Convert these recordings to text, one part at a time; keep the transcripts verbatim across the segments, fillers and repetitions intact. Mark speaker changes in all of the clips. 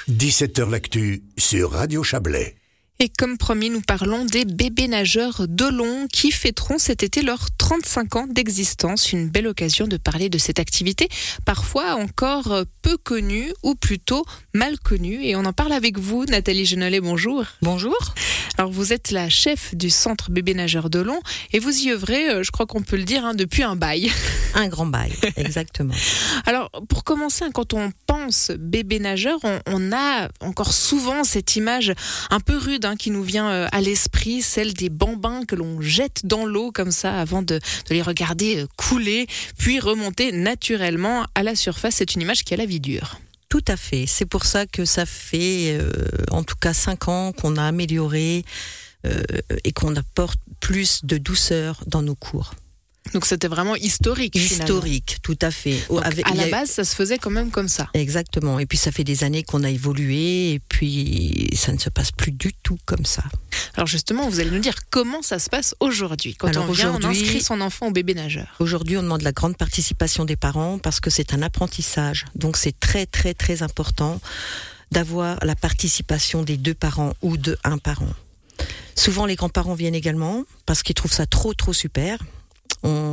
Speaker 1: dix-sept heures l'actu sur Radio Chablais.
Speaker 2: Et comme promis, nous parlons des bébés nageurs d'Olon qui fêteront cet été leurs trente-cinq ans d'existence. Une belle occasion de parler de cette activité, parfois encore peu connue ou plutôt mal connue. Et on en parle avec vous, Nathalie Genollet, bonjour.
Speaker 3: Bonjour.
Speaker 2: Alors vous êtes la chef du centre bébés nageurs d'Olon et vous y œuvrez, je crois qu'on peut le dire, hein, depuis un bail.
Speaker 3: Un grand bail, exactement.
Speaker 2: Alors pour commencer, quand on pense bébé nageur, on, on a encore souvent cette image un peu rude hein, qui nous vient à l'esprit, celle des bambins que l'on jette dans l'eau comme ça avant de, de les regarder couler, puis remonter naturellement à la surface. C'est une image qui a la vie dure.
Speaker 3: Tout à fait. C'est pour ça que ça fait euh, en tout cas cinq ans qu'on a amélioré euh, et qu'on apporte plus de douceur dans nos cours.
Speaker 2: Donc c'était vraiment historique.
Speaker 3: Historique, tout à fait.
Speaker 2: Donc,
Speaker 3: Avec,
Speaker 2: à la
Speaker 3: a...
Speaker 2: base, ça se faisait quand même comme ça.
Speaker 3: Exactement. Et puis ça fait des années qu'on a évolué et puis ça ne se passe plus du tout comme ça.
Speaker 2: Alors justement, vous allez nous dire comment ça se passe aujourd'hui. Quand
Speaker 3: Alors
Speaker 2: on vient, on
Speaker 3: aujourd'hui,
Speaker 2: inscrit son enfant au bébé nageur.
Speaker 3: Aujourd'hui, on demande la grande participation des parents parce que c'est un apprentissage. Donc c'est très très très important d'avoir la participation des deux parents ou de un parent. Souvent, les grands-parents viennent également parce qu'ils trouvent ça trop trop super. On,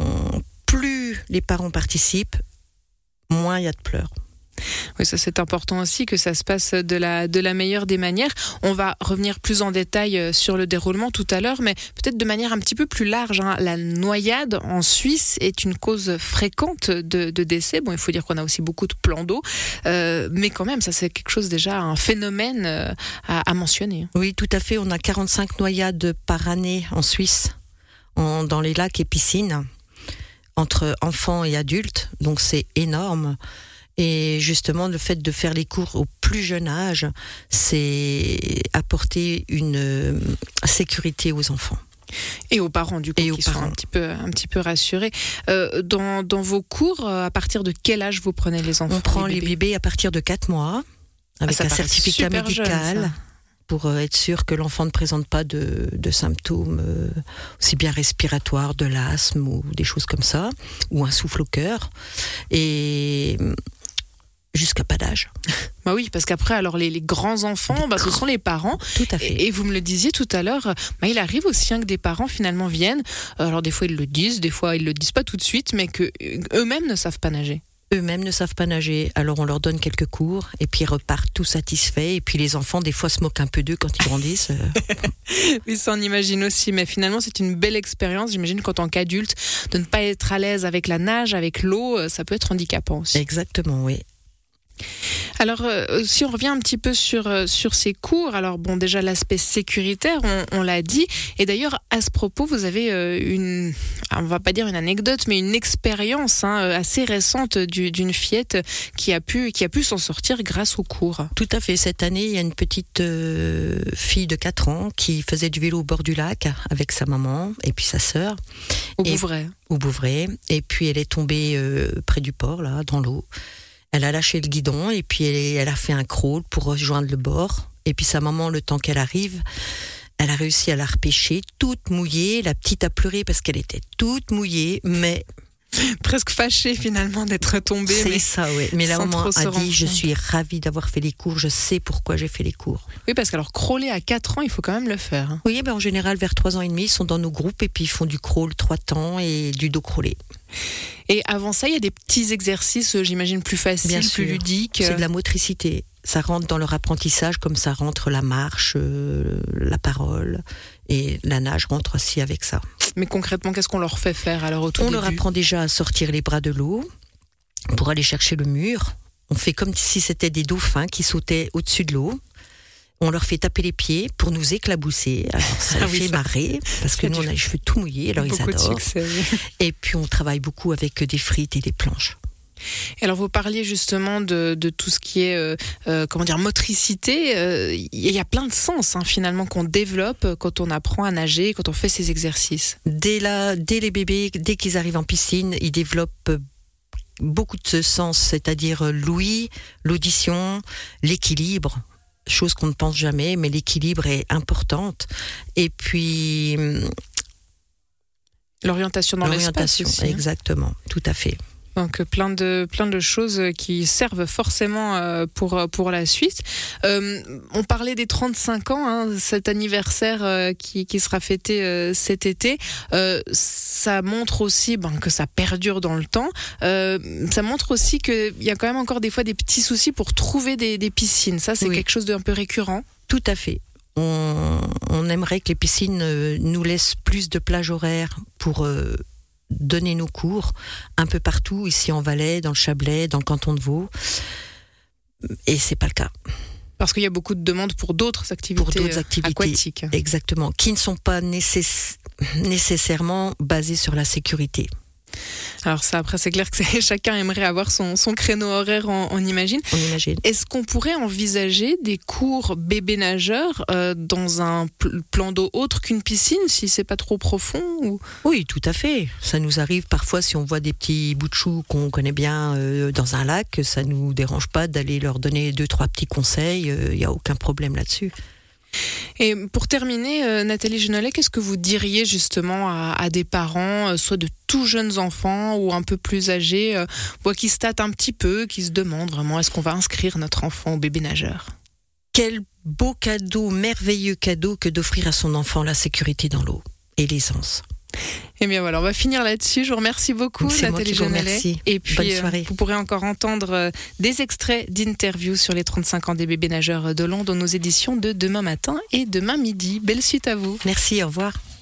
Speaker 3: plus les parents participent, moins il y a de pleurs.
Speaker 2: Oui, ça c'est important aussi que ça se passe de la, de la meilleure des manières. On va revenir plus en détail sur le déroulement tout à l'heure, mais peut-être de manière un petit peu plus large. Hein. La noyade en Suisse est une cause fréquente de, de décès. Bon, il faut dire qu'on a aussi beaucoup de plans d'eau, euh, mais quand même, ça c'est quelque chose déjà, un phénomène euh, à, à mentionner.
Speaker 3: Oui, tout à fait. On a quarante-cinq noyades par année en Suisse. En, dans les lacs et piscines, entre enfants et adultes, donc c'est énorme. Et justement, le fait de faire les cours au plus jeune âge, c'est apporter une euh, sécurité aux enfants.
Speaker 2: Et aux parents, du coup,
Speaker 3: et
Speaker 2: qui sont un petit peu, un petit peu rassurés. Euh, dans, dans vos cours, à partir de quel âge vous prenez les enfants?
Speaker 3: On prend les
Speaker 2: bébés,
Speaker 3: les bébés à partir de quatre mois, avec
Speaker 2: ah,
Speaker 3: un certificat médical. Jeune, pour être sûr que l'enfant ne présente pas de, de symptômes euh, aussi bien respiratoires, de l'asthme ou des choses comme ça, ou un souffle au cœur, et jusqu'à pas d'âge.
Speaker 2: Bah oui, parce qu'après, alors les, les grands enfants, bah, ce sont les parents.
Speaker 3: Tout à fait.
Speaker 2: Et, et vous me le disiez tout à l'heure, bah, il arrive aussi hein, que des parents finalement viennent. Alors des fois ils le disent, des fois ils le disent pas tout de suite, mais que eux-mêmes ne savent pas nager.
Speaker 3: Eux-mêmes ne savent pas nager, alors on leur donne quelques cours et puis ils repartent tout satisfaits. Et puis les enfants, des fois, se moquent un peu d'eux quand ils grandissent.
Speaker 2: Oui, ça on imagine aussi, mais finalement c'est une belle expérience. J'imagine qu'en tant qu'adulte, de ne pas être à l'aise avec la nage, avec l'eau, ça peut être handicapant aussi.
Speaker 3: Exactement, oui.
Speaker 2: Alors, euh, si on revient un petit peu sur, euh, sur ces cours, alors bon, déjà l'aspect sécuritaire, on, on l'a dit, et d'ailleurs, à ce propos, vous avez euh, une, on va pas dire une anecdote, mais une expérience hein, assez récente du, d'une fillette qui a pu, qui a pu s'en sortir grâce aux cours.
Speaker 3: Tout à fait. Cette année, il y a une petite euh, fille de quatre ans qui faisait du vélo au bord du lac avec sa maman et puis sa sœur.
Speaker 2: Au Bouvray.
Speaker 3: Au Bouvray. Et puis, elle est tombée euh, près du port, là, dans l'eau. Elle a lâché le guidon et puis elle, elle a fait un crawl pour rejoindre le bord. Et puis sa maman, le temps qu'elle arrive, elle a réussi à la repêcher, toute mouillée. La petite a pleuré parce qu'elle était toute mouillée, mais...
Speaker 2: presque fâchée finalement d'être tombée.
Speaker 3: C'est
Speaker 2: mais
Speaker 3: ça, oui. Mais la maman a dit, je suis ravie d'avoir fait les cours, je sais pourquoi j'ai fait les cours.
Speaker 2: Oui, parce qu'alors crawler à quatre ans, il faut quand même le faire. Hein.
Speaker 3: Oui, ben en général, vers trois ans et demi, ils sont dans nos groupes et puis ils font du crawl trois temps et du dos crawlé.
Speaker 2: Et avant ça, il y a des petits exercices, j'imagine, plus faciles,
Speaker 3: Bien
Speaker 2: plus
Speaker 3: sûr.
Speaker 2: ludiques.
Speaker 3: C'est de la motricité. Ça rentre dans leur apprentissage comme ça rentre la marche, euh, la parole. Et la nage rentre aussi avec ça.
Speaker 2: Mais concrètement, qu'est-ce qu'on leur fait faire alors au tout
Speaker 3: On
Speaker 2: début ?
Speaker 3: leur apprend déjà à sortir les bras de l'eau pour aller chercher le mur. On fait comme si c'était des dauphins qui sautaient au-dessus de l'eau. On leur fait taper les pieds pour nous éclabousser. Alors ça
Speaker 2: ah
Speaker 3: les
Speaker 2: oui,
Speaker 3: fait
Speaker 2: ça.
Speaker 3: marrer parce que nous on a les cheveux tout mouillés, alors
Speaker 2: beaucoup
Speaker 3: ils adorent.
Speaker 2: De succès, oui.
Speaker 3: Et puis on travaille beaucoup avec des frites et des planches.
Speaker 2: Et alors vous parliez justement de, de tout ce qui est euh, euh, comment dire motricité. Il euh, y a plein de sens hein, finalement qu'on développe quand on apprend à nager, quand on fait ces exercices.
Speaker 3: Dès là, dès les bébés, dès qu'ils arrivent en piscine, ils développent beaucoup de sens, c'est-à-dire l'ouïe, l'audition, l'équilibre. Chose qu'on ne pense jamais, mais l'équilibre est importante. Et puis
Speaker 2: l'orientation dans
Speaker 3: l'orientation,
Speaker 2: l'espace aussi.
Speaker 3: Exactement, tout à fait.
Speaker 2: Donc plein de plein de choses qui servent forcément euh, pour pour la suite. Euh, on parlait des trente-cinq ans, hein, cet anniversaire euh, qui qui sera fêté euh, cet été. Euh, ça montre aussi ben, que ça perdure dans le temps. Euh, ça montre aussi qu'il y a quand même encore des fois des petits soucis pour trouver des, des piscines. Ça, c'est oui. quelque chose d'un peu récurrent.
Speaker 3: Tout à fait. On, on aimerait que les piscines euh, nous laissent plus de plages horaires pour euh, donner nos cours un peu partout, ici en Valais, dans le Chablais, dans le canton de Vaud. Et c'est pas le cas.
Speaker 2: Parce qu'il y a beaucoup de demandes pour d'autres activités,
Speaker 3: pour d'autres activités
Speaker 2: aquatiques.
Speaker 3: Exactement, qui ne sont pas nécess- nécessairement basées sur la sécurité.
Speaker 2: Alors ça, après, c'est clair que c'est, chacun aimerait avoir son, son créneau horaire, on, on imagine.
Speaker 3: On imagine.
Speaker 2: Est-ce qu'on pourrait envisager des cours bébés nageurs euh, dans un pl- plan d'eau autre qu'une piscine, si c'est pas trop profond ou...
Speaker 3: Oui, tout à fait. Ça nous arrive parfois, si on voit des petits bouts de choux qu'on connaît bien euh, dans un lac, ça nous dérange pas d'aller leur donner deux, trois petits conseils. Il euh, n'y a aucun problème là-dessus.
Speaker 2: Et pour terminer, euh, Nathalie Genollet, qu'est-ce que vous diriez justement à, à des parents, euh, soit de tout jeunes enfants ou un peu plus âgés, euh, qui se tâtent un petit peu, qui se demandent vraiment est-ce qu'on va inscrire notre enfant au bébé nageur ?
Speaker 3: Quel beau cadeau, merveilleux cadeau que d'offrir à son enfant la sécurité dans l'eau et l'aisance.
Speaker 2: Eh bien voilà, on va finir là-dessus. Je vous remercie beaucoup,
Speaker 3: c'est
Speaker 2: Nathalie Genollet.
Speaker 3: Et puis, bonne soirée.
Speaker 2: Euh, vous pourrez encore entendre euh, des extraits d'interviews sur les trente-cinq ans des bébés nageurs de Long dans nos éditions de demain matin et demain midi. Belle suite à vous.
Speaker 3: Merci, au revoir.